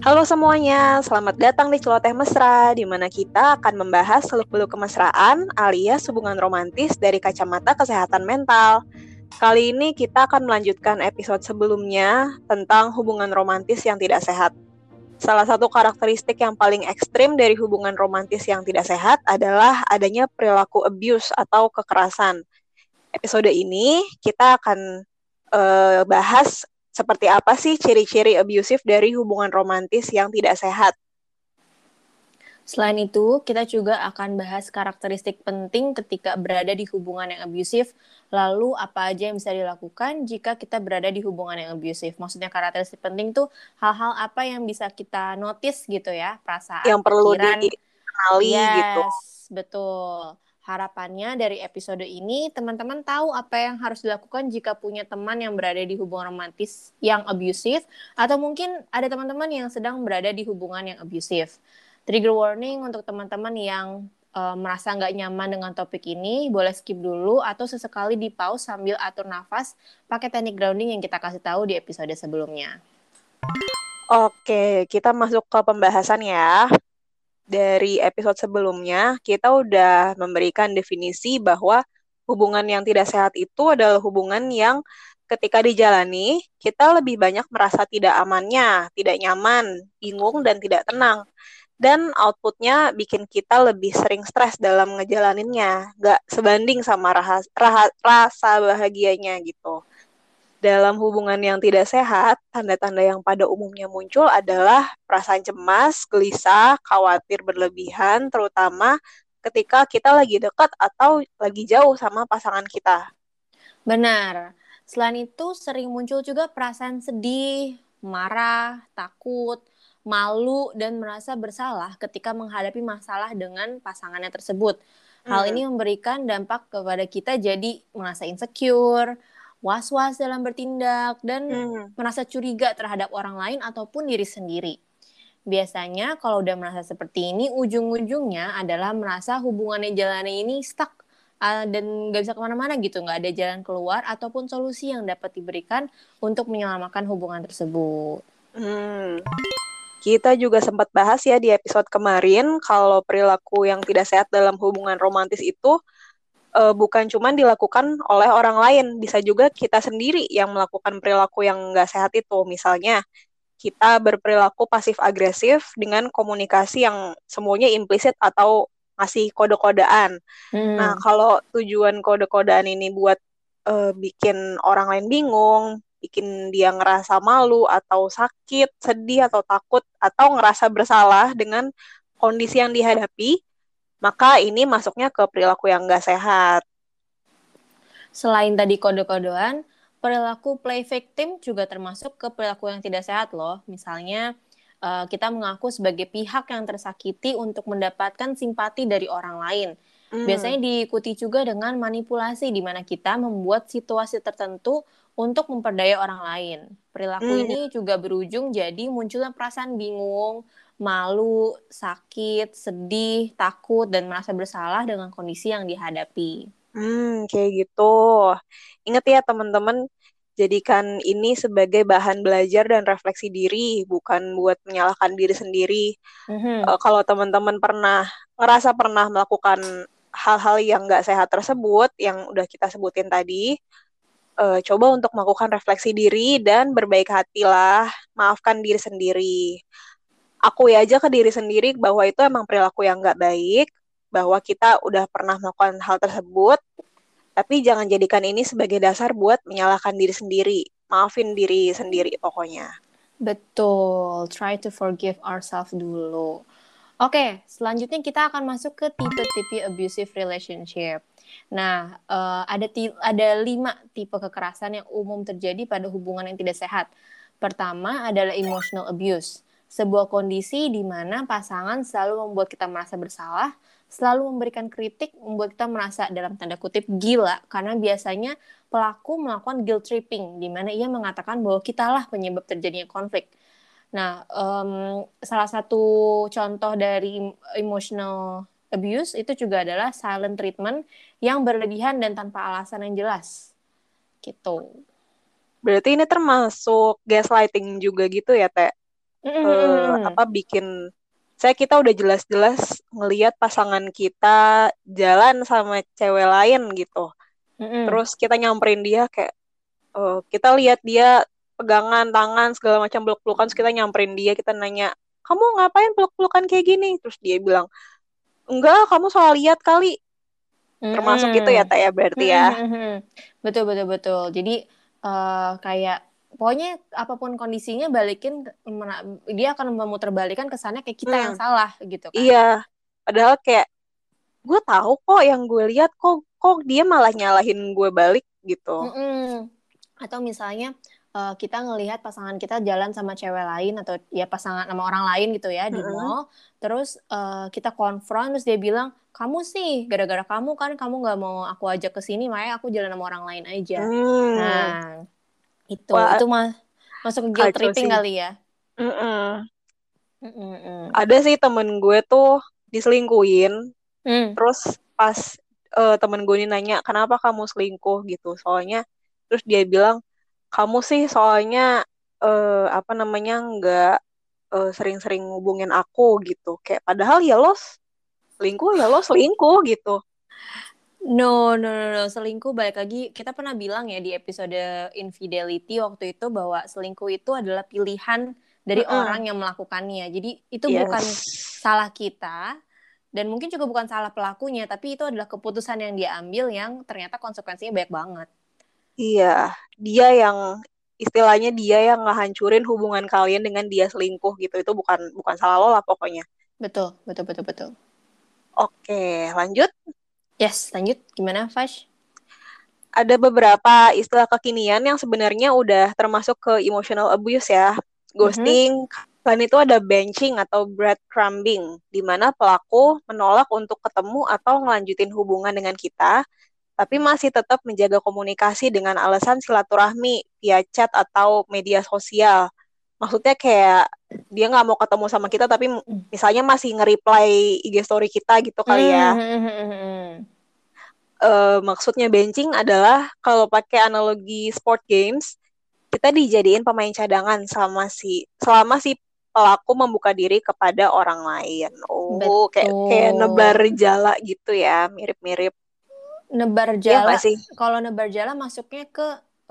Halo semuanya, selamat datang di Celoteh Mesra, di mana kita akan membahas seluk-beluk kemesraan alias hubungan romantis dari kacamata kesehatan mental. Kali ini kita akan melanjutkan episode sebelumnya tentang hubungan romantis yang tidak sehat. Salah satu karakteristik yang paling ekstrim dari hubungan romantis yang tidak sehat adalah adanya perilaku abuse atau kekerasan. Episode ini kita akan bahas seperti apa sih ciri-ciri abusive dari hubungan romantis yang tidak sehat. Selain itu, kita juga akan bahas karakteristik penting ketika berada di hubungan yang abusif, lalu apa aja yang bisa dilakukan jika kita berada di hubungan yang abusif. Maksudnya karakteristik penting tuh hal-hal apa yang bisa kita notice gitu ya, Yang perasaan, perlu pikiran. dikenali gitu. Yes, betul. Harapannya dari episode ini teman-teman tahu apa yang harus dilakukan jika punya teman yang berada di hubungan romantis yang abusif, atau mungkin ada teman-teman yang sedang berada di hubungan yang abusif. Trigger warning untuk teman-teman yang merasa nggak nyaman dengan topik ini, boleh skip dulu atau sesekali di pause sambil atur nafas pakai teknik grounding yang kita kasih tahu di episode sebelumnya. Oke, kita masuk ke pembahasan ya. Dari episode sebelumnya, kita udah memberikan definisi bahwa hubungan yang tidak sehat itu adalah hubungan yang ketika dijalani, kita lebih banyak merasa tidak amannya, tidak nyaman, bingung, dan tidak tenang. Dan outputnya bikin kita lebih sering stres dalam ngejalaninnya, nggak sebanding sama rasa bahagianya gitu. Dalam hubungan yang tidak sehat, tanda-tanda yang pada umumnya muncul adalah perasaan cemas, gelisah, khawatir berlebihan, terutama ketika kita lagi dekat atau lagi jauh sama pasangan kita. Benar. Selain itu sering muncul juga perasaan sedih, marah, takut, malu, dan merasa bersalah ketika menghadapi masalah dengan pasangannya tersebut. Hal Hmm. ini memberikan dampak kepada kita jadi merasa insecure, was-was dalam bertindak, dan Hmm. merasa curiga terhadap orang lain ataupun diri sendiri. Biasanya kalau udah merasa seperti ini, ujung-ujungnya adalah merasa hubungan yang jalannya ini stuck dan nggak bisa kemana-mana gitu, nggak ada jalan keluar ataupun solusi yang dapat diberikan untuk menyelamatkan hubungan tersebut. Hmm. Kita juga sempat bahas ya di episode kemarin kalau perilaku yang tidak sehat dalam hubungan romantis itu bukan cuma dilakukan oleh orang lain, bisa juga kita sendiri yang melakukan perilaku yang nggak sehat itu. Misalnya, kita berperilaku pasif-agresif dengan komunikasi yang semuanya implisit atau ngasih kode-kodean. Nah, kalau tujuan kode-kodean ini buat bikin orang lain bingung, bikin dia ngerasa malu atau sakit, sedih atau takut, atau ngerasa bersalah dengan kondisi yang dihadapi, maka ini masuknya ke perilaku yang nggak sehat. Selain tadi kode-kodean, perilaku play victim juga termasuk ke perilaku yang tidak sehat loh. Misalnya, kita mengaku sebagai pihak yang tersakiti untuk mendapatkan simpati dari orang lain. Hmm. Biasanya diikuti juga dengan manipulasi di mana kita membuat situasi tertentu untuk memperdaya orang lain. Perilaku Hmm. ini juga berujung jadi munculnya perasaan bingung, malu, sakit, sedih, takut, dan merasa bersalah dengan kondisi yang dihadapi. Kayak gitu. Ingat ya teman-teman, jadikan ini sebagai bahan belajar dan refleksi diri, bukan buat menyalahkan diri sendiri. Mhm. Kalau teman-teman ngerasa pernah melakukan hal-hal yang nggak sehat tersebut, yang udah kita sebutin tadi, coba untuk melakukan refleksi diri dan berbaik hatilah, maafkan diri sendiri. Akui aja ke diri sendiri bahwa itu emang perilaku yang nggak baik, bahwa kita udah pernah melakukan hal tersebut, tapi jangan jadikan ini sebagai dasar buat menyalahkan diri sendiri. Maafin diri sendiri pokoknya. Betul, try to forgive ourselves dulu. Oke, selanjutnya kita akan masuk ke tipe-tipe abusive relationship. Nah, ada 5 tipe kekerasan yang umum terjadi pada hubungan yang tidak sehat. Pertama adalah emotional abuse, sebuah kondisi di mana pasangan selalu membuat kita merasa bersalah, selalu memberikan kritik, membuat kita merasa dalam tanda kutip gila, karena biasanya pelaku melakukan guilt tripping, di mana ia mengatakan bahwa kitalah penyebab terjadinya konflik. Nah, salah satu contoh dari emotional abuse itu juga adalah silent treatment yang berlebihan dan tanpa alasan yang jelas. Gitu. Berarti ini termasuk gaslighting juga gitu ya, Teh? Mm-mm. bikin kita udah jelas-jelas ngelihat pasangan kita jalan sama cewek lain gitu. Mm-mm. Terus kita nyamperin dia kayak kita lihat dia pegangan tangan segala macam peluk-pelukan, terus kita nyamperin dia, kita nanya, "Kamu ngapain peluk-pelukan kayak gini?" Terus dia bilang, "Enggak, kamu salah lihat kali." Termasuk itu ya, Mm-mm. Teh ya berarti ya. Mm-mm. Betul, betul, betul. Jadi kayak pokoknya apapun kondisinya balikin dia akan memuterbalikan kesannya kayak kita yang Hmm, salah gitu kan. iya. Padahal kayak gue tahu kok yang gue lihat, kok kok dia malah nyalahin gue balik gitu. Mm-mm. Atau misalnya kita ngelihat pasangan kita jalan sama cewek lain atau ya pasangan sama orang lain gitu ya di Mm-mm. mall, terus kita konfront terus dia bilang kamu sih gara-gara kamu kan kamu nggak mau aku ajak ke sini makanya aku jalan sama orang lain aja. Hmm, Nah wah itu mah masuk ke guilt kacau tripping sih. kali ya. Mm-mm. Mm-mm. Ada sih temen gue tuh diselingkuhin, Hmm. terus pas temen gue ini nanya, "Kenapa kamu selingkuh?" gitu. Soalnya, terus dia bilang, "Kamu sih soalnya nggak sering-sering ngubungin aku gitu." Kayak padahal ya lo selingkuh gitu. No, no, no, no. Selingkuh balik lagi. Kita pernah bilang ya di episode Infidelity waktu itu bahwa selingkuh itu adalah pilihan dari Mm-mm. orang yang melakukannya. Jadi itu bukan Yes. salah kita dan mungkin juga bukan salah pelakunya, tapi itu adalah keputusan yang dia ambil yang ternyata konsekuensinya banyak banget. Iya, dia yang istilahnya dia yang ngehancurin hubungan kalian dengan dia selingkuh gitu. Itu bukan bukan salah lo lah pokoknya. Betul, betul, betul, betul. Oke, lanjut. Yes, lanjut. Gimana, Fash? Ada beberapa istilah kekinian yang sebenarnya udah termasuk ke emotional abuse ya. Mhm. Ghosting, selain itu ada benching atau breadcrumbing, di mana pelaku menolak untuk ketemu atau ngelanjutin hubungan dengan kita, tapi masih tetap menjaga komunikasi dengan alasan silaturahmi via chat atau media sosial. Maksudnya kayak dia nggak mau ketemu sama kita, tapi misalnya masih nge-reply IG story kita gitu kali ya. Mhm. Maksudnya benching adalah kalau pakai analogi sport games, kita dijadiin pemain cadangan selama si pelaku membuka diri kepada orang lain. Oh, kayak nebar Betul. jala gitu ya, mirip-mirip. Nebar Iya nggak jala, sih? kalau nebar jala masuknya ke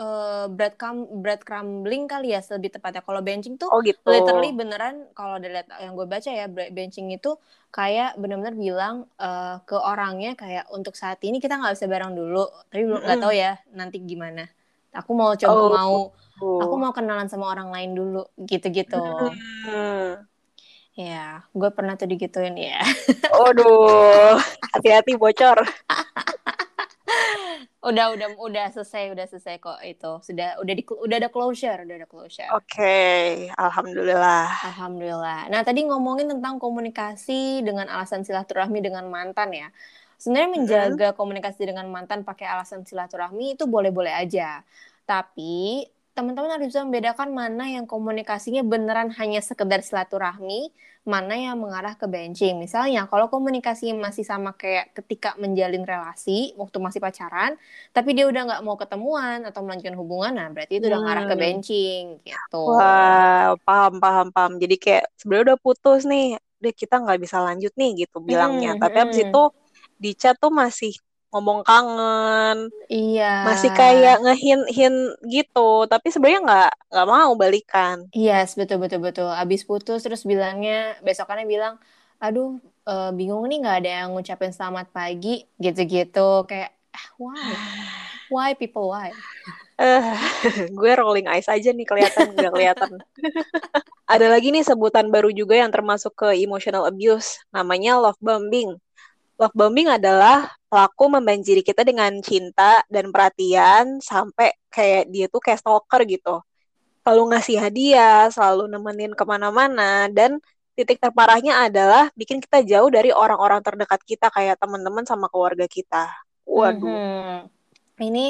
breadcrumbing kali ya lebih tepatnya. Kalau benching tuh Oh gitu. literally beneran kalau dari yang gue baca ya benching itu kayak bener-bener bilang ke orangnya kayak untuk saat ini kita nggak bisa bareng dulu, tapi belum nggak tahu Mm-mm. ya nanti gimana. Aku mau coba Oh. aku mau kenalan sama orang lain dulu gitu-gitu. Hmm. Ya, gue pernah tuh digituin ya. Aduh, hati-hati bocor. Udah selesai kok itu. Udah ada closure, udah ada closure. Oke, alhamdulillah. Alhamdulillah. Nah, tadi ngomongin tentang komunikasi dengan alasan silaturahmi dengan mantan ya. Sebenarnya Mm-mm. menjaga komunikasi dengan mantan pakai alasan silaturahmi itu boleh-boleh aja. Tapi teman-teman harus bisa membedakan mana yang komunikasinya beneran hanya sekedar silaturahmi, mana yang mengarah ke benching. Misalnya, kalau komunikasinya masih sama kayak ketika menjalin relasi, waktu masih pacaran, tapi dia udah nggak mau ketemuan atau melanjutkan hubungan, nah berarti itu udah ngarah ke Hmm. benching gitu. Wah, paham, paham, paham. Jadi kayak sebenarnya udah putus nih, udah kita nggak bisa lanjut nih gitu bilangnya. Mm-mm, Tapi abis itu mm-mm. di chat tuh masih ngomong kangen, Iya, masih kayak ngehin-hin gitu. Tapi sebenarnya nggak mau balikan. iya, betul, betul, betul. Abis putus terus bilangnya, besokannya bilang, aduh, bingung nih nggak ada yang ngucapin selamat pagi, gitu-gitu. Kayak, why? Why people, why? Eh, gue rolling eyes aja nih kelihatan nggak kelihatan. Ada lagi nih sebutan baru juga yang termasuk ke emotional abuse, namanya love bombing. Love bombing adalah pelaku membanjiri kita dengan cinta dan perhatian sampai kayak dia tuh kayak stalker gitu. Selalu ngasih hadiah, selalu nemenin kemana-mana, dan titik terparahnya adalah bikin kita jauh dari orang-orang terdekat kita kayak teman-teman sama keluarga kita. Waduh. Mhm. Ini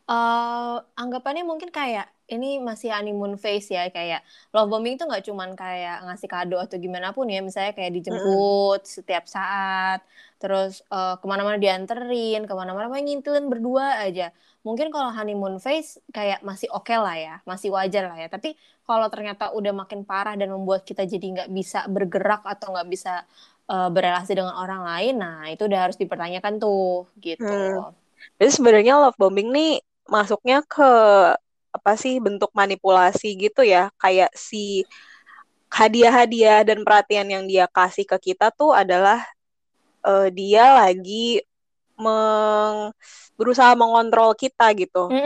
Anggapannya mungkin kayak ini masih honeymoon phase ya, kayak love bombing tuh nggak cuman kayak ngasih kado atau gimana pun ya, misalnya kayak Mm-mm. dijemput setiap saat, terus kemana-mana dianterin, kemana-mana pokoknya ngintilin berdua aja. Mungkin kalau honeymoon phase kayak masih oke lah ya, masih wajar lah ya. Tapi kalau ternyata udah makin parah dan membuat kita jadi nggak bisa bergerak atau nggak bisa berrelasi dengan orang lain, nah itu udah harus dipertanyakan tuh gitu. Hmm. Jadi sebenarnya love bombing nih masuknya ke apa sih bentuk manipulasi gitu ya. Kayak si hadiah-hadiah dan perhatian yang dia kasih ke kita tuh adalah dia lagi berusaha mengontrol kita gitu.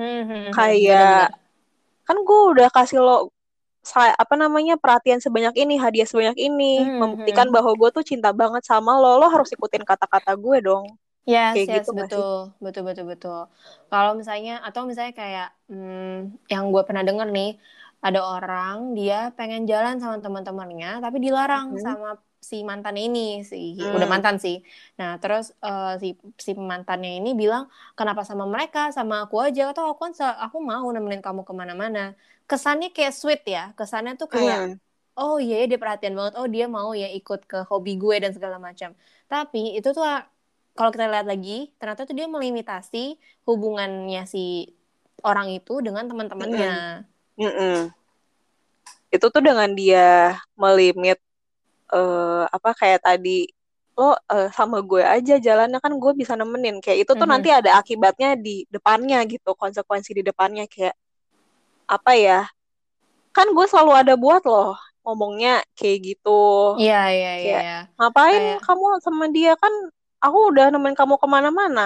Kayak Bener-bener. kan gue udah kasih lo apa namanya perhatian sebanyak ini, hadiah sebanyak ini, membuktikan Mhm. bahwa gue tuh cinta banget sama lo. Lo harus ikutin kata-kata gue dong. Yes, Kayak yes, gitu gak sih? betul, betul, betul, betul. Kalau misalnya, atau misalnya kayak yang gue pernah denger nih, ada orang dia pengen jalan sama teman-temannya, tapi dilarang Mhm. sama si mantannya ini, si udah Hmm. mantan sih. Nah, terus si mantannya ini bilang, kenapa sama mereka, sama aku aja, atau aku kan aku mau nemenin kamu kemana-mana. Kesannya kayak sweet ya, kesannya tuh kayak, Hmm. oh iya dia perhatian banget, oh dia mau ya ikut ke hobi gue dan segala macam. Tapi itu tuh kalau kita lihat lagi, ternyata tuh dia melimitasi hubungannya si orang itu dengan Mm-mm. teman-temannya. Mm-mm. Itu tuh dengan dia melimit apa kayak tadi lo sama gue aja jalannya kan gue bisa nemenin kayak itu tuh nanti Mhm. ada akibatnya di depannya gitu konsekuensi di depannya kayak apa ya kan gue selalu ada buat lo ngomongnya kayak gitu Iya, iya, iya, kayak iya. ngapain Kayak, kamu sama dia kan aku udah nemenin kamu kemana-mana.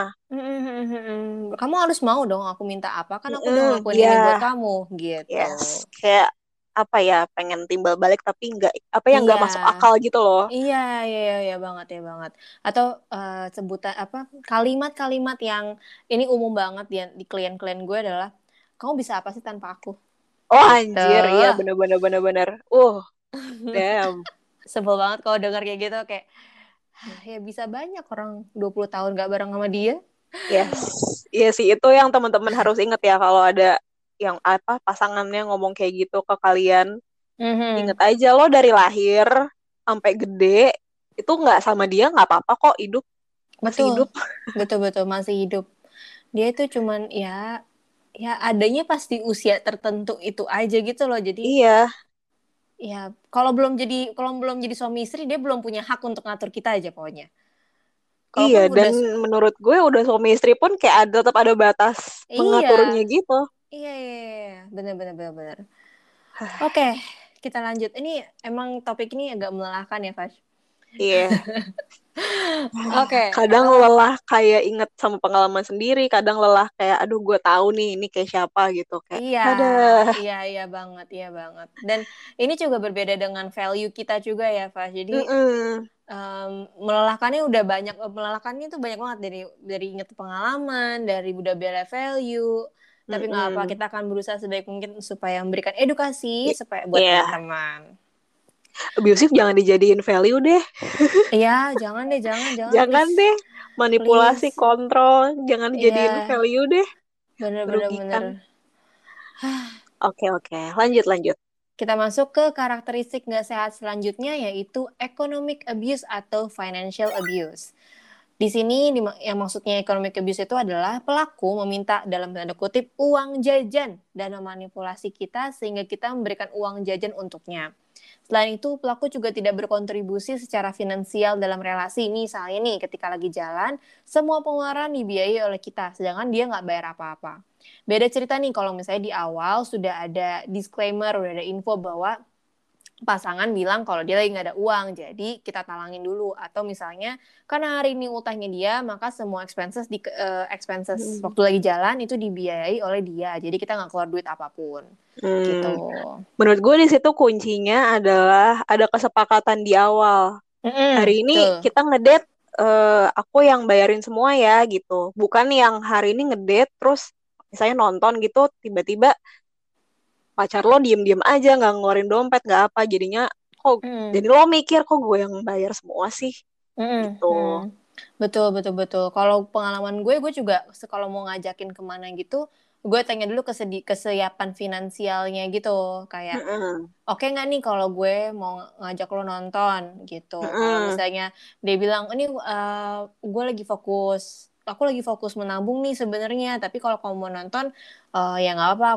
kamu harus mau dong aku minta apa, kan aku udah Mm-mm, ngelakuin iya ini buat kamu, gitu. yes kayak apa ya pengen timbal balik tapi nggak apa yang Iya, nggak masuk akal gitu loh. iya, iya, iya, iya banget, ya banget. Atau sebutan apa, kalimat-kalimat yang ini umum banget di klien-klien gue adalah, kamu bisa apa sih tanpa aku? Oh Gitu. anjir, iya bener-bener bener-bener. Damn. Sebel banget kalau denger kayak gitu, kayak ya bisa banyak orang 20 tahun gak bareng sama dia. Yes. Iya sih, itu yang teman-teman harus inget ya kalau ada yang apa pasangannya ngomong kayak gitu ke kalian. Ingat Mhm. aja lo dari lahir sampai gede itu nggak sama dia nggak apa-apa kok hidup masih Betul, hidup. betul, betul, masih hidup. Dia itu cuman ya, ya adanya pas di usia tertentu itu aja gitu loh. Jadi Iya, ya kalau belum jadi suami istri, dia belum punya hak untuk ngatur kita aja pokoknya. iya Kalaupun dan udah, menurut gue udah suami istri pun kayak ada tetap ada batas iya, mengaturnya gitu. iya, iya, iya. Bener, bener, bener, bener. Oke, kita lanjut. Ini emang topik ini agak melelahkan ya, Fash. Iya. Oke, Kadang lelah kayak inget sama pengalaman sendiri, kadang lelah kayak aduh gue tahu nih ini kayak siapa gitu kayak iya, ada. iya, iya banget, iya banget. Dan ini juga berbeda dengan value kita juga ya, Fas. Jadi Mm-mm. melelahkannya udah banyak, melelahkannya tuh banyak banget dari inget pengalaman, dari udah bela value. Tapi nggak apa, Mm-mm. kita akan berusaha sebaik mungkin supaya memberikan edukasi supaya buat Iya, teman-teman. abusive jangan dijadiin value deh. Iya, jangan deh, jangan, jangan, Jangan please, deh. Manipulasi, please. kontrol, jangan dijadiin Iya, value deh. bener-bener Merugikan. bener. Oke, oke. Lanjut, lanjut. Kita masuk ke karakteristik nggak sehat selanjutnya, yaitu economic abuse atau financial abuse. Di sini yang maksudnya economic abuse itu adalah pelaku meminta dalam tanda kutip uang jajan dan memanipulasi kita sehingga kita memberikan uang jajan untuknya. Selain itu, pelaku juga tidak berkontribusi secara finansial dalam relasi. Misalnya nih, ketika lagi jalan, semua pengeluaran dibiayai oleh kita, sedangkan dia nggak bayar apa-apa. Beda cerita nih kalau misalnya di awal sudah ada disclaimer, udah ada info bahwa pasangan bilang kalau dia lagi nggak ada uang, jadi kita talangin dulu. Atau misalnya karena hari ini utangnya dia, maka semua expenses Hmm. waktu lagi jalan itu dibiayai oleh dia. Jadi kita nggak keluar duit apapun. Gitu. Hmm. Menurut gue di situ kuncinya adalah ada kesepakatan di awal. Hari ini Betul. kita ngedate, aku yang bayarin semua ya gitu. Bukan yang hari ini ngedate terus misalnya nonton gitu tiba-tiba pacar lo diem-diem aja nggak ngeluarin dompet nggak apa jadinya kok Mm. jadi lo mikir kok gue yang bayar semua sih Mm, gitu. mm. Betul, betul, betul. Kalau pengalaman gue juga kalau mau ngajakin kemana gitu, gue tanya dulu kesiapan finansialnya gitu. Kayak, Mm-mm. oke nggak nih kalau gue mau ngajak lo nonton gitu. Kalau Mm-mm. misalnya dia bilang, ini gue lagi fokus, aku lagi fokus menabung nih sebenarnya. Tapi kalau kamu mau nonton, ya nggak apa.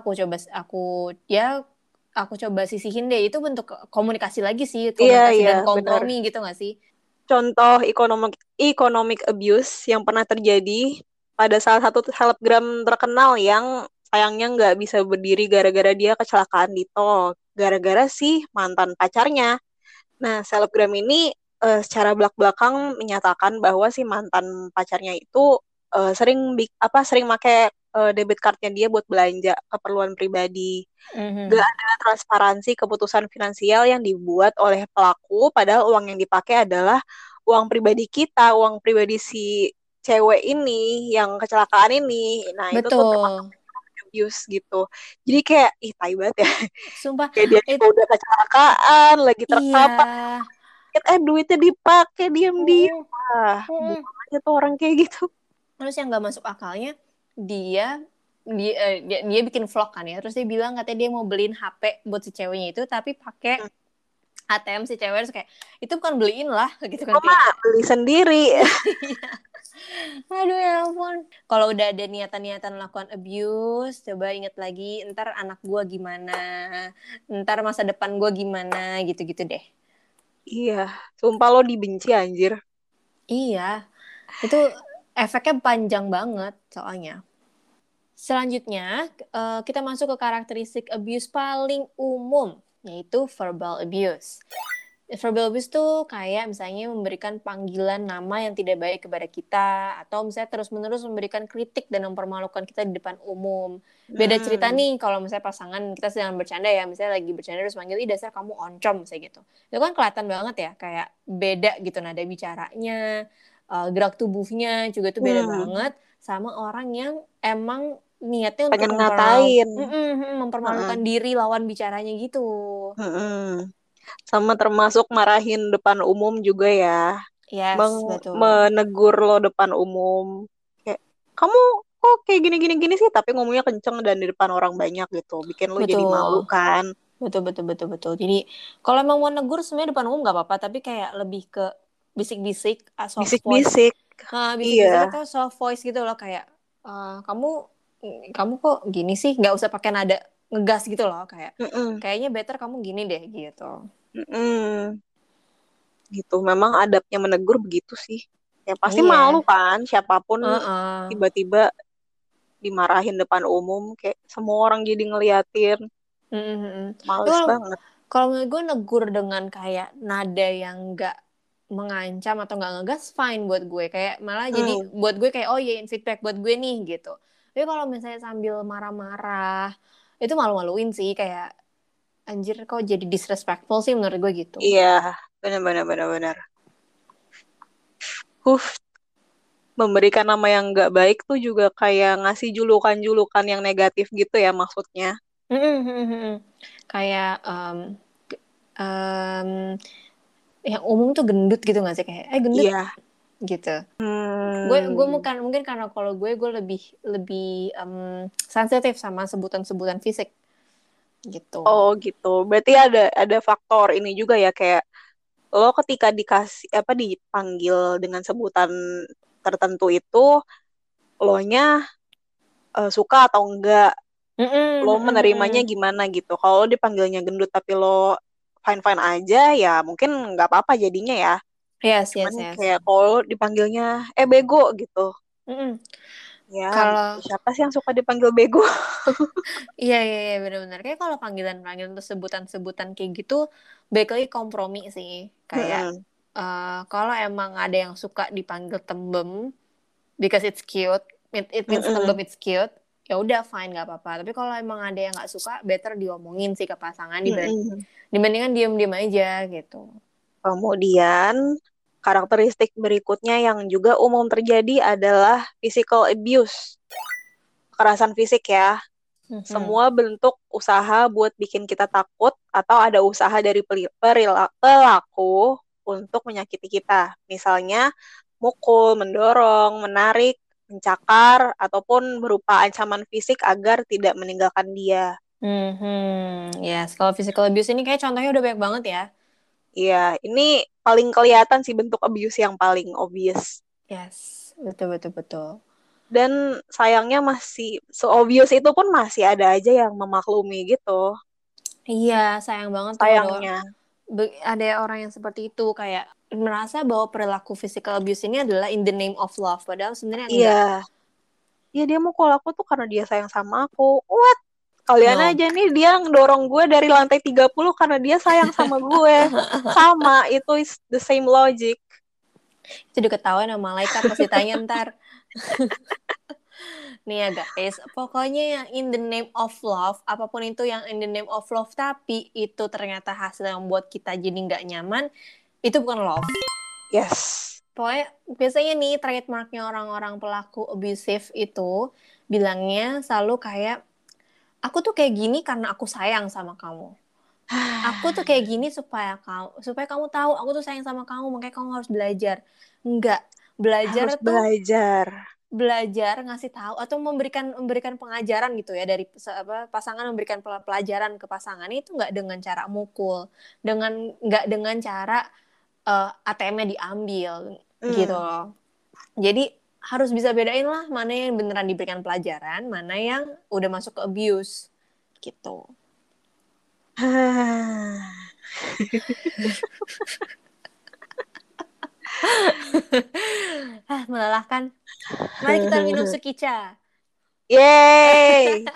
Aku coba sisihin deh. Itu bentuk komunikasi lagi sih, Iya, komunikasi iya, dan benar. kompromi gitu nggak sih? Contoh economic abuse yang pernah terjadi pada salah satu selebgram terkenal yang sayangnya nggak bisa berdiri gara-gara dia kecelakaan di tol, gara-gara si mantan pacarnya. Nah, selebgram ini secara belak-belakang menyatakan bahwa si mantan pacarnya itu sering make debit cardnya dia buat belanja keperluan pribadi. Gak Mhm. ada transparansi keputusan finansial yang dibuat oleh pelaku, padahal uang yang dipakai adalah uang pribadi kita, uang pribadi si cewek ini yang kecelakaan ini. Nah, itu tuh termasuk Betul. abuse gitu. Jadi kayak, ih, tai banget ya. Sumpah, Kayak dia juga udah kecelakaan, lagi iya. terkapar, duitnya dipakai diem-diem. Mm-mm. Wah, Mm-mm. buang aja tuh orang kayak gitu. Terus yang gak masuk akalnya, dia dia bikin vlog kan ya. Terus dia bilang katanya dia mau beliin HP buat si ceweknya itu, tapi pakai Hmm. ATM si cewek. Terus kayak, itu bukan beliin lah, gitu kan Gue kayak. mah beli sendiri. Aduh ya ampun. Kalau udah ada niatan-niatan melakukan abuse, coba inget lagi, ntar anak gua gimana, ntar masa depan gua gimana, gitu-gitu deh. Iya, sumpah lo dibenci anjir. Iya, itu efeknya panjang banget soalnya. Selanjutnya, kita masuk ke karakteristik abuse paling umum, yaitu verbal abuse. Verbal abuse tuh kayak misalnya memberikan panggilan nama yang tidak baik kepada kita, atau misalnya terus-menerus memberikan kritik dan mempermalukan kita di depan umum. Beda cerita Hmm. nih kalau misalnya pasangan kita sedang bercanda ya, misalnya lagi bercanda terus manggil, ih dasar kamu oncom, misalnya gitu. Itu kan kelihatan banget ya, kayak beda gitu nada bicaranya, gerak tubuhnya juga tuh beda Hmm. banget sama orang yang emang niatnya untuk Pengen ngatain. mempermalukan Heeh. diri lawan bicaranya gitu. Heeh. Sama termasuk marahin depan umum juga ya. Yes, betul. Menegur lo depan umum. Kayak, kamu kok kayak gini-gini gini sih, tapi ngomongnya kenceng dan di depan orang banyak gitu. Bikin lo jadi malu Betul. kan. Betul, betul, betul, betul. Jadi, kalau emang mau negur sebenarnya depan umum nggak apa-apa, tapi kayak lebih ke bisik-bisik, soft voice. Bisik-bisik. Nah, bisik-bisik Iya. atau soft voice gitu loh, kayak, kamu kamu kok gini sih? Nggak usah pakai nada ngegas gitu loh, kayak, Heeh. kayaknya better kamu gini deh, gitu. Heeh. Gitu. Memang adabnya menegur begitu sih. Ya pasti malu Iya. kan, siapapun Heeh. tiba-tiba dimarahin depan umum, kayak semua orang jadi ngeliatin. Mhm. Tapi Males banget. kalau menurut gue negur dengan kayak nada yang nggak mengancam atau nggak ngegas, fine buat gue. Kayak malah jadi Hmm. buat gue kayak, oh iya feedback buat gue nih gitu. Tapi kalau misalnya sambil marah-marah, itu malu-maluin sih, kayak anjir kok jadi disrespectful sih menurut gue gitu. Iya, benar-benar benar-benar. Huh, memberikan nama yang nggak baik tuh juga kayak ngasih julukan-julukan yang negatif gitu ya maksudnya. Kayak em, yang umum tuh gendut gitu nggak sih, kayak gendut Iya. gitu. Gue Hmm. mungkin karena kalau gue lebih lebih sensitif sama sebutan-sebutan fisik gitu. Oh gitu. Berarti ada faktor ini juga ya, kayak lo ketika dikasih apa dipanggil dengan sebutan tertentu itu lo nya suka atau enggak, Mm-mm, lo mm-mm, menerimanya mm-mm. gimana gitu. Kalau lo dipanggilnya gendut tapi lo fine-fine aja ya mungkin nggak apa-apa jadinya ya. Yes, Cuman yes, yes. kayak kalau lo dipanggilnya bego gitu. Mm-mm. Ya, Kalau siapa sih yang suka dipanggil bego? iya, iya, iya, benar-benar kayak kalau panggilan-panggilan atau sebutan-sebutan kayak gitu, baik lagi kompromi sih. Kayak Mm-mm. kalau emang ada yang suka dipanggil tembem because it's cute, it means tembem Mm-mm. it's cute, ya udah fine nggak apa-apa. Tapi kalau emang ada yang nggak suka, better diomongin sih ke pasangan Mm-mm. dibandingkan diem-diem aja gitu. Kemudian, karakteristik berikutnya yang juga umum terjadi adalah physical abuse. Kekerasan fisik ya. Mhm. Semua bentuk usaha buat bikin kita takut atau ada usaha dari pelaku untuk menyakiti kita. Misalnya, mukul, mendorong, menarik, mencakar, ataupun berupa ancaman fisik agar tidak meninggalkan dia. Yes, kalau physical abuse ini kayak contohnya udah banyak banget ya. Iya, ini paling kelihatan sih bentuk abuse yang paling obvious. Yes, betul betul betul. Dan sayangnya masih se-obvious itu pun masih ada aja yang memaklumi gitu. Iya, sayang banget tuh Sayangnya. ada orang yang seperti itu kayak merasa bahwa perilaku physical abuse ini adalah in the name of love, padahal sebenarnya enggak. Iya. Ya dia mukul aku tuh karena dia sayang sama aku. What? Kalian No. aja nih dia ngedorong gue dari lantai 30 karena dia sayang sama gue. Sama, itu is the same logic. Itu diketawain sama malaikat pasti tanya ntar. Nih ya guys, pokoknya yang in the name of love, apapun itu yang in the name of love, tapi itu ternyata hasil yang buat kita jadi nggak nyaman, itu bukan love. Yes. Pokoknya biasanya nih trademarknya orang-orang pelaku abusive itu bilangnya selalu kayak, aku tuh kayak gini karena aku sayang sama kamu. Aku tuh kayak gini supaya kamu tahu aku tuh sayang sama kamu, makanya kamu harus belajar. Enggak, Harus belajar tuh belajar. belajar ngasih tahu atau memberikan pengajaran gitu ya dari pasangan memberikan pelajaran ke pasangan itu nggak dengan cara mukul, nggak dengan cara ATM-nya diambil gitu Hmm. loh. Jadi harus bisa bedain lah mana yang beneran diberikan pelajaran, mana yang udah masuk ke abuse gitu. Melelahkan. Mari kita minum sukicha. Yeay.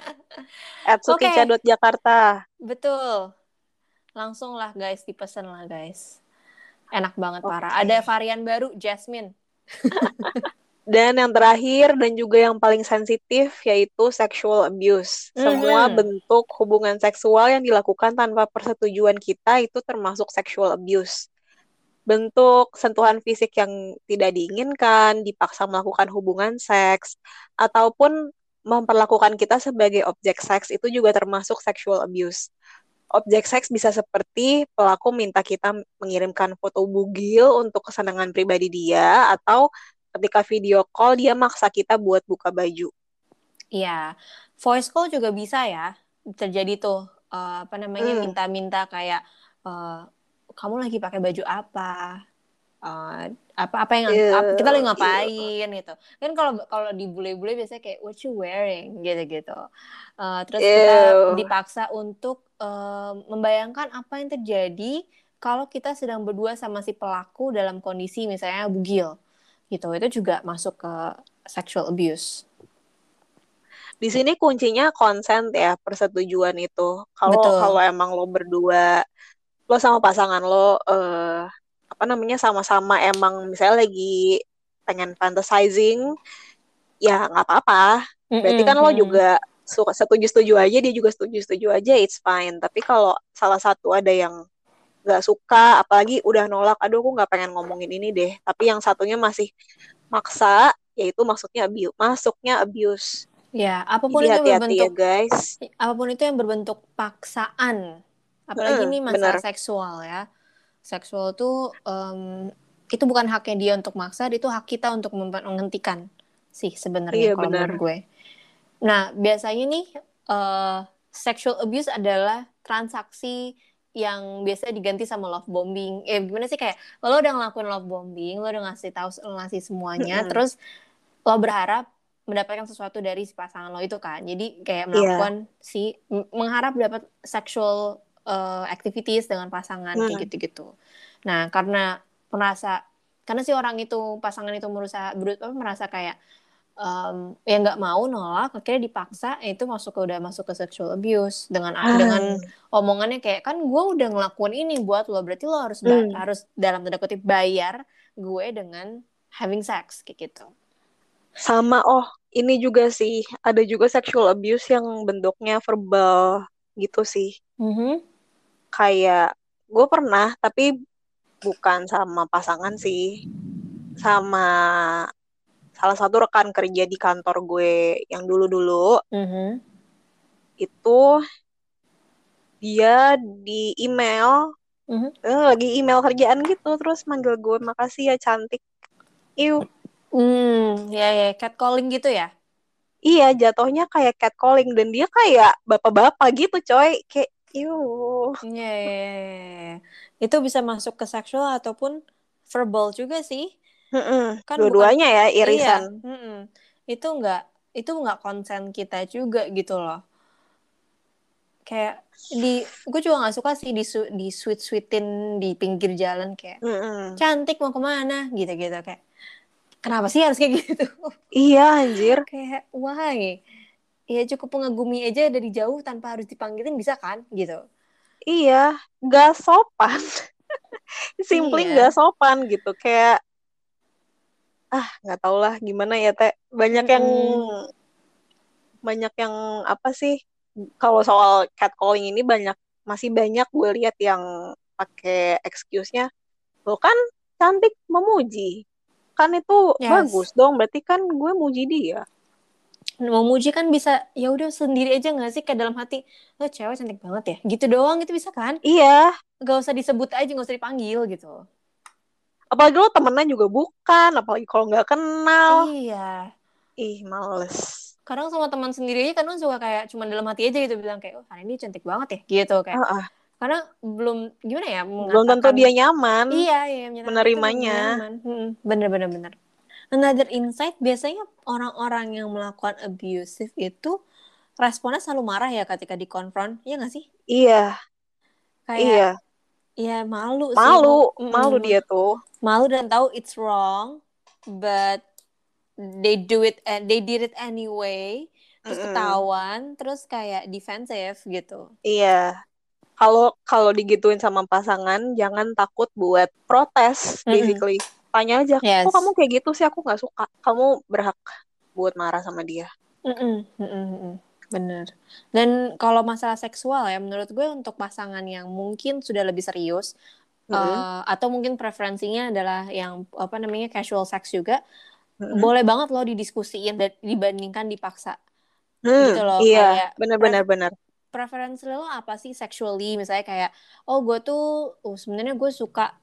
Oke, @sukica.jakarta. betul. Langsung lah guys, dipesen lah guys. Enak banget parah. Oke. Ada varian baru, Jasmine. Dan yang terakhir dan juga yang paling sensitif yaitu sexual abuse. Semua Mhm. bentuk hubungan seksual yang dilakukan tanpa persetujuan kita itu termasuk sexual abuse. Bentuk sentuhan fisik yang tidak diinginkan, dipaksa melakukan hubungan seks, ataupun memperlakukan kita sebagai objek seks itu juga termasuk sexual abuse. Objek seks bisa seperti pelaku minta kita mengirimkan foto bugil untuk kesenangan pribadi dia, atau ketika video call dia maksa kita buat buka baju. Iya. Voice call juga bisa ya. Terjadi tuh apa namanya Hmm, minta-minta kayak eh, kamu lagi pakai baju apa? Eh, apa yang kita lagi ew, ew, ngapain gitu kan kalau kalau di bule-bule biasanya kayak what you wearing gitu-gitu. Terus kita ew. dipaksa untuk membayangkan apa yang terjadi kalau kita sedang berdua sama si pelaku dalam kondisi misalnya bugil gitu, itu juga masuk ke sexual abuse. Di sini kuncinya consent ya, persetujuan itu. Kalau kalau Betul. emang lo berdua, lo sama pasangan lo, apa namanya, sama-sama emang misalnya lagi pengen fantasizing, ya nggak apa-apa. Berarti Mm-mm, kan lo mm-mm. juga suka setuju-setuju aja, dia juga setuju-setuju aja, it's fine. Tapi kalau salah satu ada yang nggak suka, apalagi udah nolak, aduh aku nggak pengen ngomongin ini deh. Tapi yang satunya masih maksa, yaitu masuknya abuse. Ya, Jadi hati-hati ya guys. apapun itu yang berbentuk paksaan, apalagi Mm-mm, ini masalah bener. seksual ya. Seksual tuh itu bukan haknya dia untuk maksa, itu hak kita untuk menghentikan sih sebenarnya Iya kalau bener. menurut gue. Nah, biasanya nih sexual abuse adalah transaksi yang biasa diganti sama love bombing. Gimana sih kayak lo udah ngelakuin love bombing, lo udah ngasih tahu ngasih semuanya, Mm-mm. terus lo berharap mendapatkan sesuatu dari si pasangan lo itu kan. Jadi kayak Iya. melakukan mengharap dapat sexual activities dengan pasangan kayak Mm. gitu-gitu. Nah, karena si orang itu pasangan itu merasa kayak ya nggak mau nolak, akhirnya dipaksa, itu udah masuk ke sexual abuse dengan Ah. omongannya kayak kan gue udah ngelakuin ini buat lo, berarti lo Mm. harus dalam tanda kutip bayar gue dengan having sex kayak gitu. Sama, oh ini juga sih, ada juga sexual abuse yang bentuknya verbal gitu sih. Mhm. Kayak gue pernah, tapi bukan sama pasangan sih, sama salah satu rekan kerja di kantor gue yang dulu-dulu. Mhm. Itu dia di email, Mhm. lagi email kerjaan gitu, terus manggil gue makasih ya cantik. Iu. Ya ya, catcalling gitu ya? Iya, jatuhnya kayak catcalling dan dia kayak bapak-bapak gitu, coy. Kayak iu. Iya, iya, iya, iya. Itu bisa masuk ke seksual ataupun verbal juga sih. Mm-mm. Kan bukan, Dua-duanya ya iya, irisan. itu nggak, itu nggak konsen kita juga gitu loh. Kayak gue juga nggak suka sih di sweet sweetin di pinggir jalan kayak Mm-mm. cantik mau kemana gitu gitu kayak kenapa sih harus kayak gitu. Iya, anjir. Kayak why, ya cukup mengagumi aja dari jauh tanpa harus dipanggilin bisa kan gitu. Iya, gak sopan. Simply gak Iya. sopan gitu. Kayak, nggak tau lah gimana ya, Teh. Mm-mm. Banyak yang apa sih? Kalau soal catcalling ini masih banyak gue lihat yang pakai excuse-nya. Lo kan cantik memuji. Kan itu bagus Yes. dong, berarti kan gue muji dia. Mau muji kan bisa ya udah sendiri aja nggak sih kayak dalam hati lo cewek cantik banget ya gitu doang itu bisa kan, Iya, nggak usah disebut aja nggak usah dipanggil gitu. apalagi lo temennya juga bukan, apalagi kalau nggak kenal. Iya, Ih, males. kadang sama teman sendiri aja kadang suka kayak cuma dalam hati aja gitu bilang kayak oh hari ini cantik banget ya gitu kayak Ah, ah. karena belum gimana ya Belum tentu mengatakan dia nyaman iya ya menyatakan itu belum menerimanya. nyaman. Bener bener bener. Another insight biasanya orang-orang yang melakukan abusive itu responnya selalu marah ya ketika dikonfront ya nggak sih, Iya, kayak iya. ya malu sih Malu, mau malu dia tuh. malu dan tahu it's wrong but they did it anyway, terus Mm-mm. ketahuan terus kayak defensive gitu. Iya. Kalau kalau digituin sama pasangan, jangan takut buat protes, Mm-mm. basically. Tanya aja, kok kamu Yes. kayak gitu sih? Aku nggak suka. Kamu berhak buat marah sama dia. Mm-mm. Mm-mm. Mm-mm. Bener. Dan kalau masalah seksual ya, menurut gue untuk pasangan yang mungkin sudah lebih serius, Mm-mm. atau mungkin preferensinya adalah yang apa namanya casual sex juga, Mm-mm. boleh banget loh didiskusiin dan dibandingkan dipaksa gitu loh. Iya, Kayak benar-benar benar. preferensi lo apa sih sexually, misalnya kayak oh gue tuh sebenarnya gue suka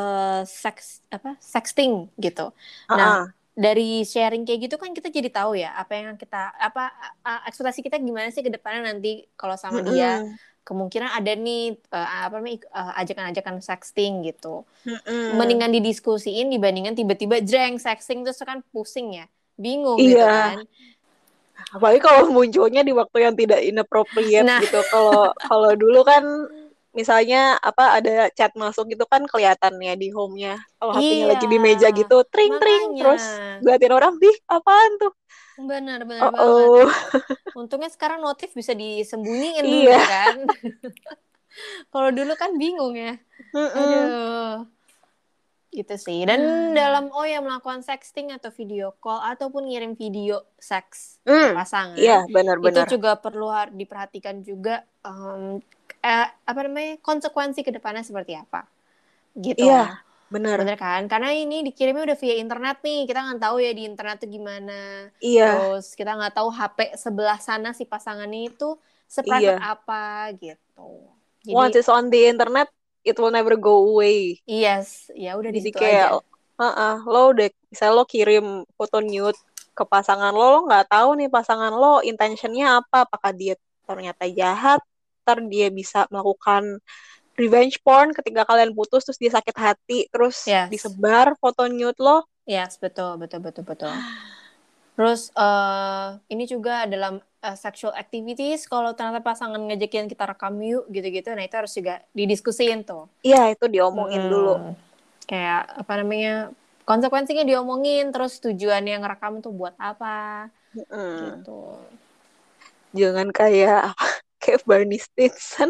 sexting gitu. Nah Ah, dari sharing kayak gitu kan kita jadi tahu ya apa yang kita apa ekspektasi kita gimana sih ke depannya nanti kalau sama dia mm-mm. kemungkinan ada nih apa namanya ajakan-ajakan sexting gitu. Mm-mm. Mendingan didiskusiin dibandingkan tiba-tiba jreng sexting terus kan pusing ya, bingung gitu Iya, kan. apalagi kalau munculnya di waktu yang tidak inappropriate Nah, gitu. Kalau kalau dulu kan misalnya apa ada chat masuk gitu kan kelihatan ya di home-nya. Kalau HP-nya iya, lagi di meja gitu, tring tring makanya terus liatin orang, "Ih, apaan tuh?" benar-benar banget. Oh, Untungnya sekarang notif bisa disembunyiin dulu iya. ya kan. Kalau dulu kan bingung ya. Mm-mm. Aduh, gitu sih. Dan dalam oh ya melakukan sexting atau video call ataupun ngirim video seks ke Iya, pasangan itu benar-benar. juga perlu diperhatikan juga apa namanya konsekuensi kedepannya seperti apa Iya, gitu. benar. Bener kan? Karena ini dikirimnya udah via internet nih. Kita nggak tahu ya di internet tuh gimana. Iya, Terus kita nggak tahu HP sebelah sana si pasangannya itu seprivate iya. apa gitu. Once Jadi, it's on the internet, it will never go away. yes, ya udah di Jadi situ kayak, aja. lo udah, misalnya lo kirim foto nude ke pasangan lo nggak tahu nih pasangan lo intentionnya apa, apakah dia ternyata jahat, ntar dia bisa melakukan revenge porn ketika kalian putus, terus dia sakit hati, terus Yes, disebar foto nude lo. yes, betul, betul, betul, betul. Terus ini juga dalam sexual activities, kalau ternyata pasangan ngajakin kita rekam yuk gitu-gitu, nah itu harus juga didiskusiin tuh. Iya, itu diomongin dulu. Mm-mm. Kayak apa namanya konsekuensinya diomongin terus tujuan yang ngerekam tuh buat apa Mm-mm. gitu. Jangan kayak apa, kayak Barney Stinson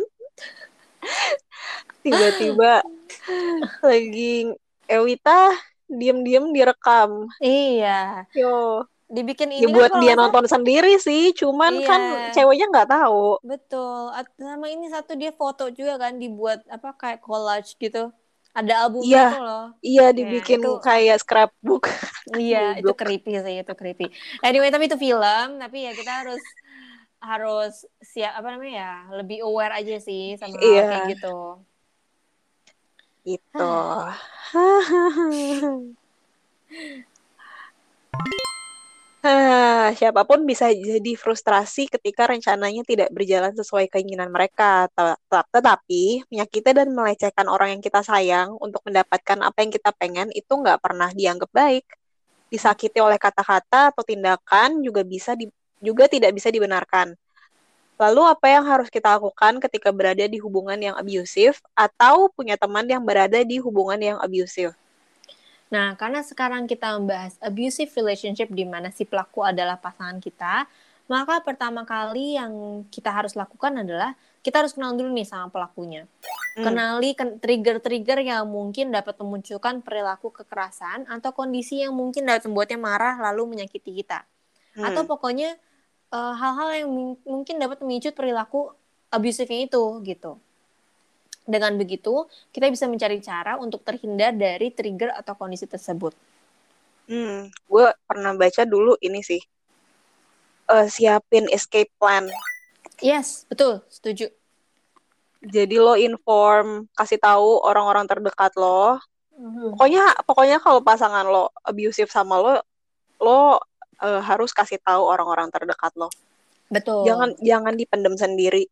tiba-tiba lagi Ewita diem-diem direkam. Iya, Yo, dibikin ya ini kan buat kalau dia nggak salah. nonton sendiri sih, cuman Iya, kan ceweknya nggak tahu. betul. Sama ini satu dia foto juga kan dibuat apa kayak collage gitu. Ada albumnya Iya, itu loh. iya Ya, dibikin itu kayak scrapbook. iya, itu Goblok. creepy sih, itu creepy. Anyway, tapi itu film, tapi ya kita harus harus siap apa namanya ya, lebih aware aja sih sama hal kayak Iya, gitu. gitu. Siapapun bisa jadi frustrasi ketika rencananya tidak berjalan sesuai keinginan mereka. Tetapi, menyakiti dan melecehkan orang yang kita sayang untuk mendapatkan apa yang kita pengen itu nggak pernah dianggap baik. Disakiti oleh kata-kata atau tindakan juga tidak bisa dibenarkan. Lalu apa yang harus kita lakukan ketika berada di hubungan yang abusive atau punya teman yang berada di hubungan yang abusive? Nah, karena sekarang kita membahas abusive relationship di mana si pelaku adalah pasangan kita, maka pertama kali yang kita harus lakukan adalah kita harus kenal dulu nih sama pelakunya. Kenali trigger-trigger yang mungkin dapat memunculkan perilaku kekerasan atau kondisi yang mungkin dapat membuatnya marah lalu menyakiti kita. Atau pokoknya hal-hal yang mungkin dapat memicu perilaku abusive itu gitu. Dengan begitu, kita bisa mencari cara untuk terhindar dari trigger atau kondisi tersebut. Gue pernah baca dulu ini sih, siapin escape plan. Yes, betul, setuju. Jadi lo kasih tahu orang-orang terdekat lo. Pokoknya kalau pasangan lo abusive sama lo harus kasih tahu orang-orang terdekat lo. Betul. Jangan dipendem sendiri.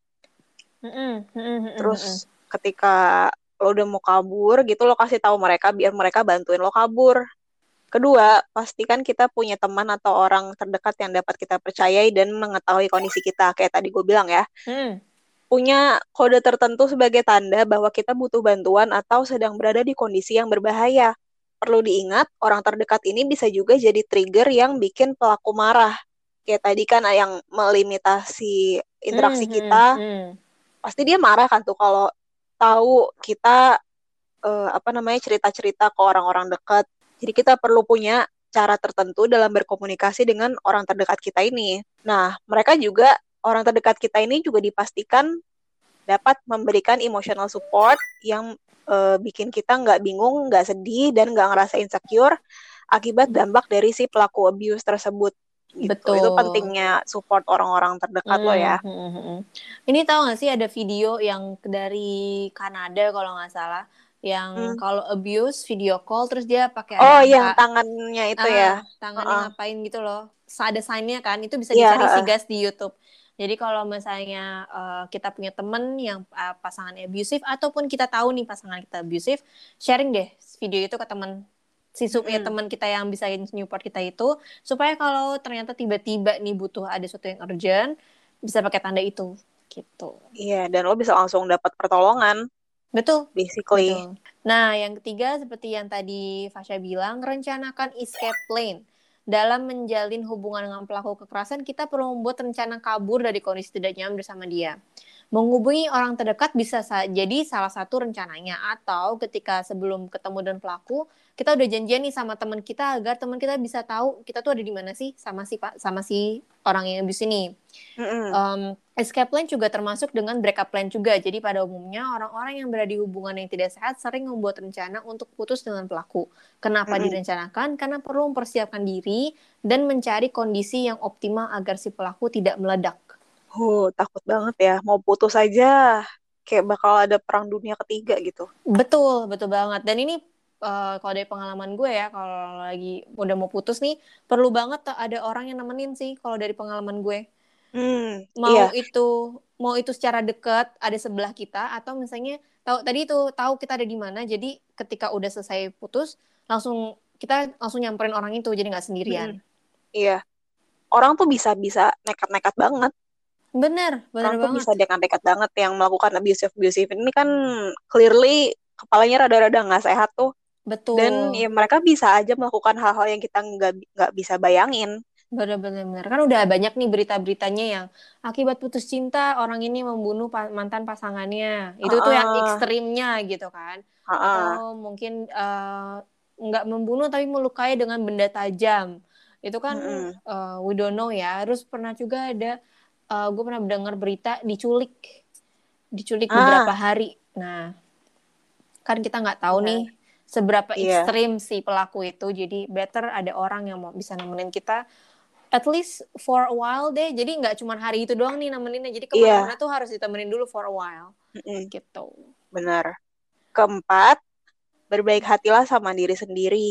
Terus ketika lo udah mau kabur gitu, lo kasih tahu mereka biar mereka bantuin lo kabur. Kedua, pastikan kita punya teman atau orang terdekat yang dapat kita percayai dan mengetahui kondisi kita. Kayak tadi gue bilang ya. Punya kode tertentu sebagai tanda bahwa kita butuh bantuan atau sedang berada di kondisi yang berbahaya. Perlu diingat, orang terdekat ini bisa juga jadi trigger yang bikin pelaku marah. Kayak tadi kan yang melimitasi interaksi kita. Pasti dia marah kan tuh kalau tahu kita cerita-cerita ke orang-orang dekat. Jadi kita perlu punya cara tertentu dalam berkomunikasi dengan orang terdekat kita ini. Nah, orang terdekat kita ini juga dipastikan dapat memberikan emotional support yang bikin kita nggak bingung, nggak sedih, dan nggak ngerasa insecure akibat dampak dari si pelaku abuse tersebut. Gitu. Betul. Itu pentingnya support orang-orang terdekat lo ya. Ini tahu nggak sih ada video yang dari Kanada kalau nggak salah, yang kalau abuse video call terus dia pakai ada yang tangannya itu ya. Tangannya ngapain gitu loh. Ada sign-nya kan, itu bisa dicari sih guys di YouTube. Jadi kalau misalnya kita punya temen yang pasangannya abusive ataupun kita tahu nih pasangan kita abusive, sharing deh video itu ke teman teman kita yang bisa support kita itu, supaya kalau ternyata tiba-tiba nih butuh ada sesuatu yang urgent, bisa pakai tanda itu gitu. Iya, dan lo bisa langsung dapat pertolongan. Betul. Basically. Betul. Nah, yang ketiga seperti yang tadi Fasya bilang, rencanakan escape plan. Dalam menjalin hubungan dengan pelaku kekerasan, kita perlu membuat rencana kabur dari kondisi tidak nyaman bersama dia. Menghubungi orang terdekat bisa jadi salah satu rencananya. Atau ketika sebelum ketemu dengan pelaku, kita udah janjian nih sama teman kita agar teman kita bisa tahu kita tuh ada di mana sih sama si orang yang abuse ini. Escape plan juga termasuk dengan breakup plan juga. Jadi pada umumnya orang-orang yang berada di hubungan yang tidak sehat sering membuat rencana untuk putus dengan pelaku. Kenapa direncanakan? Karena perlu mempersiapkan diri dan mencari kondisi yang optimal agar si pelaku tidak meledak. Takut banget ya. Mau putus aja kayak bakal ada perang dunia ketiga gitu. Betul, betul banget. Dan ini kalau dari pengalaman gue ya, kalau lagi udah mau putus nih, perlu banget ada orang yang nemenin sih kalau dari pengalaman gue. Mau itu secara dekat ada sebelah kita, atau misalnya tahu kita ada di mana, jadi ketika udah selesai putus kita langsung nyamperin orang itu, jadi nggak sendirian. Iya, orang tuh bisa nekat-nekat banget. Bener orang banget. Tuh bisa nekat banget yang melakukan abusive ini kan clearly kepalanya rada-rada nggak sehat tuh. Betul. Dan ya mereka bisa aja melakukan hal-hal yang kita nggak bisa bayangin. Benar-benar kan udah banyak nih berita-beritanya yang akibat putus cinta orang ini membunuh mantan pasangannya. Itu tuh yang ekstrimnya gitu kan. Atau mungkin nggak membunuh tapi melukai dengan benda tajam. Itu kan we don't know ya. Terus pernah juga ada gue pernah mendengar berita diculik beberapa hari. Nah, kan kita nggak tahu nih seberapa ekstrim si pelaku itu. Jadi better ada orang yang mau bisa nemenin kita at least for a while deh. Jadi nggak cuma hari itu doang nih nemeninnya. Jadi kemana-mana tuh harus ditemenin dulu for a while. Gitu. Benar. Keempat, berbaik hatilah sama diri sendiri.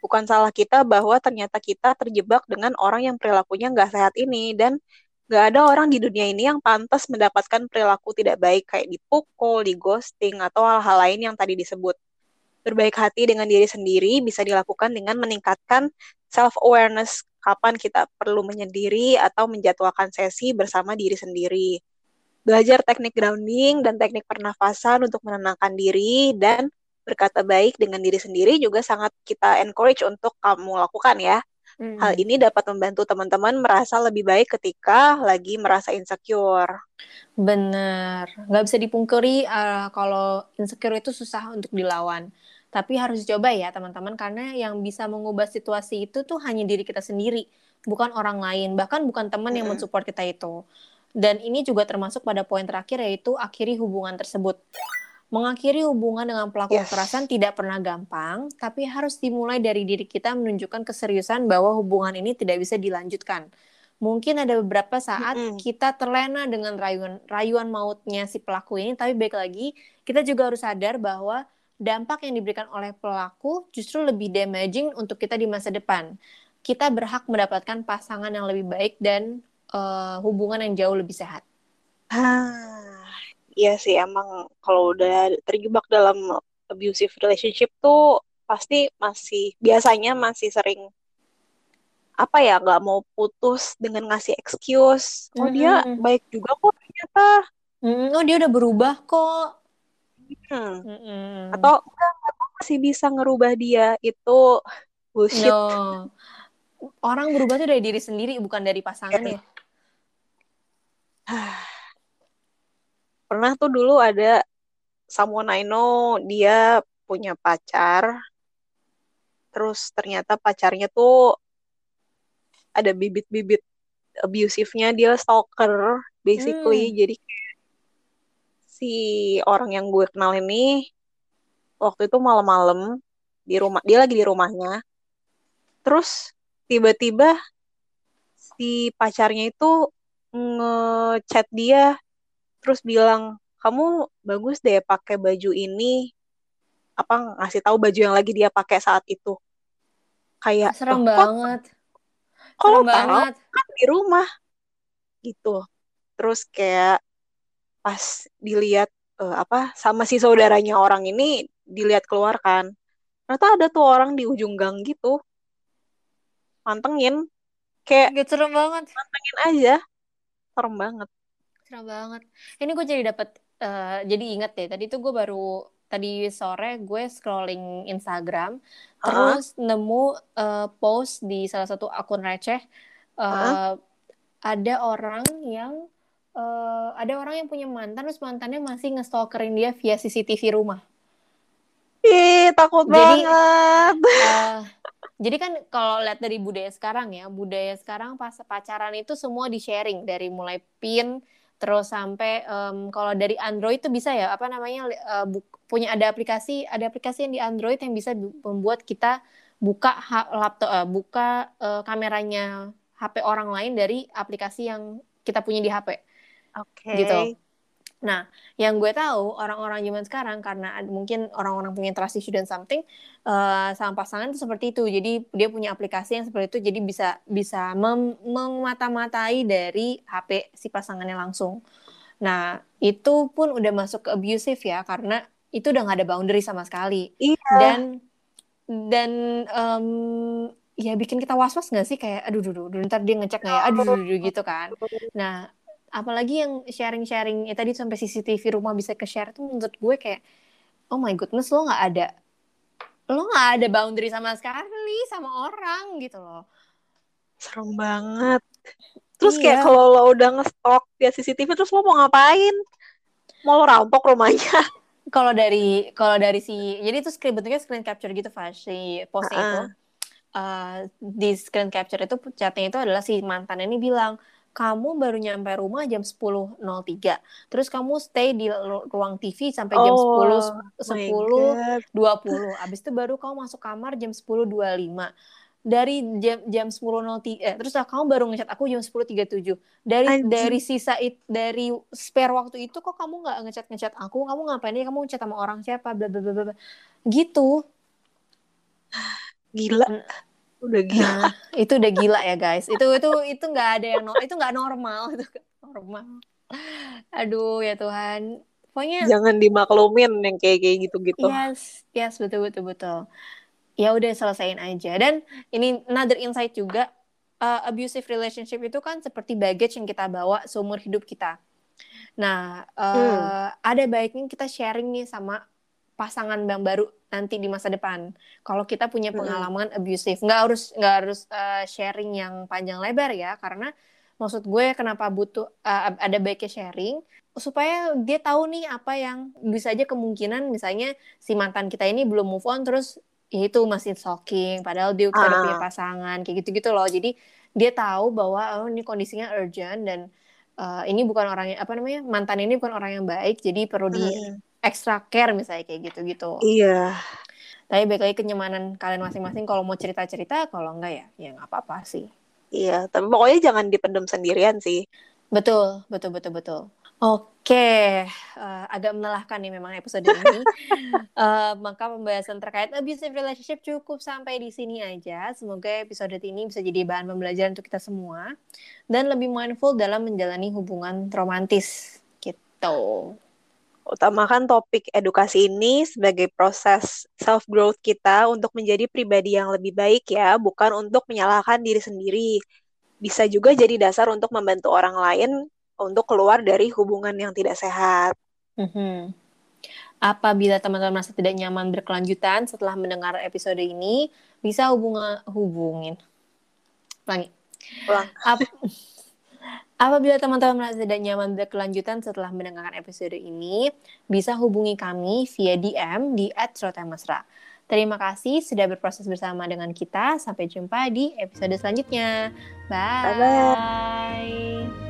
bukan salah kita bahwa ternyata kita terjebak dengan orang yang perilakunya nggak sehat ini. Dan nggak ada orang di dunia ini yang pantas mendapatkan perilaku tidak baik kayak dipukul, di ghosting, atau hal-hal lain yang tadi disebut. Berbaik hati dengan diri sendiri bisa dilakukan dengan meningkatkan self-awareness, kapan kita perlu menyendiri atau menjadwalkan sesi bersama diri sendiri. Belajar teknik grounding dan teknik pernafasan untuk menenangkan diri dan berkata baik dengan diri sendiri juga sangat kita encourage untuk kamu lakukan ya. Hal ini dapat membantu teman-teman merasa lebih baik ketika lagi merasa insecure. Bener, nggak bisa dipungkiri kalau insecure itu susah untuk dilawan. Tapi harus dicoba ya teman-teman, karena yang bisa mengubah situasi itu tuh hanya diri kita sendiri, bukan orang lain, bahkan bukan teman yang mensupport kita itu. Dan ini juga termasuk pada poin terakhir, yaitu akhiri hubungan tersebut. Mengakhiri hubungan dengan pelaku kekerasan tidak pernah gampang, tapi harus dimulai dari diri kita menunjukkan keseriusan bahwa hubungan ini tidak bisa dilanjutkan. Mungkin ada beberapa saat kita terlena dengan rayuan mautnya si pelaku ini, tapi baik lagi, kita juga harus sadar bahwa dampak yang diberikan oleh pelaku justru lebih damaging untuk kita di masa depan. Kita berhak mendapatkan pasangan yang lebih baik dan hubungan yang jauh lebih sehat. Iya sih, emang kalau udah terjebak dalam abusive relationship tuh pasti biasanya masih sering apa ya, nggak mau putus dengan ngasih excuse. Oh dia baik juga kok ternyata. Oh dia udah berubah kok. Atau enggak, aku masih bisa ngerubah dia. Itu bullshit. No. Orang berubah tuh dari diri sendiri, bukan dari pasangan ya. Pernah tuh dulu ada someone I know, dia punya pacar. Terus ternyata pacarnya tuh ada bibit-bibit abusive-nya, dia stalker basically. Jadi si orang yang gue kenal ini waktu itu malam-malam di rumah, dia lagi di rumahnya. Terus tiba-tiba si pacarnya itu ngechat dia terus bilang, kamu bagus deh pakai baju ini, apa ngasih tahu baju yang lagi dia pakai saat itu. Kayak serem kok banget. lo Serem tahu banget. kan di rumah gitu. Terus kayak pas dilihat sama si saudaranya orang ini, dilihat keluar kan, ternyata ada tuh orang di ujung gang gitu mantengin, kayak Gak serem banget. mantengin aja. Serem banget. Serem banget. Ini gue jadi dapat jadi inget deh. Tadi tuh gue baru tadi sore gue scrolling Instagram, terus nemu post di salah satu akun receh. Ada orang yang punya mantan, terus mantannya masih ngestalkerin dia via CCTV rumah. Ih, takut Jadi banget. jadi kan kalau lihat dari budaya sekarang pas pacaran itu semua di-sharing dari mulai PIN terus sampai kalau dari Android itu bisa ya apa namanya punya ada aplikasi yang di Android yang bisa membuat kita buka laptop buka kameranya HP orang lain dari aplikasi yang kita punya di HP. Gitu. Nah, yang gue tahu orang-orang zaman sekarang karena mungkin orang-orang punya trust issue dan something sama pasangan itu seperti itu. Jadi dia punya aplikasi yang seperti itu, jadi bisa memata-matai dari HP si pasangannya langsung. Nah, itu pun udah masuk ke abusive ya karena itu udah nggak ada boundary sama sekali. Iya. Dan ya bikin kita was-was nggak sih kayak aduh ntar dia ngecek nggak ya gitu kan. Nah, apalagi yang sharing-sharing tadi sampai CCTV rumah bisa ke-share tuh menurut gue kayak oh my goodness lo nggak ada boundary sama sekali sama orang gitu loh. Serem banget. Terus kayak Iya. kalau lo udah nge-stalk via CCTV, terus lo mau ngapain? Mau lo rampok rumahnya? Kalau dari jadi itu bentuknya screen capture gitu Fash, si postnya itu. Di screen capture itu chatnya itu adalah si mantan ini bilang kamu baru nyampe rumah jam 10.03 terus kamu stay di ruang TV sampai jam 10.20 abis itu baru kamu masuk kamar jam 10.25 dari jam 10.03 terus kamu baru ngechat aku jam 10.37 dari sisa dari spare waktu itu kok kamu nggak ngechat aku, kamu ngapain aja, kamu ngechat sama orang siapa bla bla bla bla gitu. Gila, udah gila. Nah, itu udah gila ya guys. Itu nggak ada yang itu nggak normal, itu nggak normal. Aduh ya Tuhan. Pokoknya Jangan dimaklumin yang kayak kayak gitu-gitu. yes, yes betul betul betul. Ya udah selesaiin aja. Dan ini another insight juga, abusive relationship itu kan seperti baggage yang kita bawa seumur hidup kita. Nah, Hmm. ada baiknya kita sharing nih sama pasangan yang baru nanti di masa depan. Kalau kita punya Mm-mm. pengalaman abusive, nggak harus sharing yang panjang lebar ya, karena maksud gue kenapa butuh ada baiknya sharing supaya dia tahu nih apa yang bisa aja kemungkinan misalnya si mantan kita ini belum move on terus ya itu masih stalking padahal kita udah punya Ah, pasangan kayak gitu-gitu loh. Jadi dia tahu bahwa oh ini kondisinya urgent dan ini bukan orang yang apa namanya mantan ini bukan orang yang baik jadi perlu di mm-mm. extra care misalnya kayak gitu-gitu. Iya, Tapi balik lagi kenyamanan kalian masing-masing kalau mau cerita-cerita, kalau enggak ya ya nggak apa-apa sih. iya. Tapi pokoknya jangan dipendam sendirian sih. Betul, betul, betul, betul. Oke, agak melelahkan nih memang episode ini. Maka pembahasan terkait abusive relationship cukup sampai di sini aja. Semoga episode ini bisa jadi bahan pembelajaran untuk kita semua dan lebih mindful dalam menjalani hubungan romantis gitu. Utamakan topik edukasi ini sebagai proses self-growth kita untuk menjadi pribadi yang lebih baik ya, bukan untuk menyalahkan diri sendiri. Bisa juga jadi dasar untuk membantu orang lain untuk keluar dari hubungan yang tidak sehat. Mhm. Apabila teman-teman merasa tidak nyaman berkelanjutan setelah mendengar episode ini, bisa hubungin. Ulangi. Ulang. Ap- Apabila teman-teman merasa tidak nyaman berkelanjutan setelah mendengarkan episode ini, bisa hubungi kami via DM di @rotamesra. Terima kasih sudah berproses bersama dengan kita. Sampai jumpa di episode selanjutnya. Bye-bye. Bye.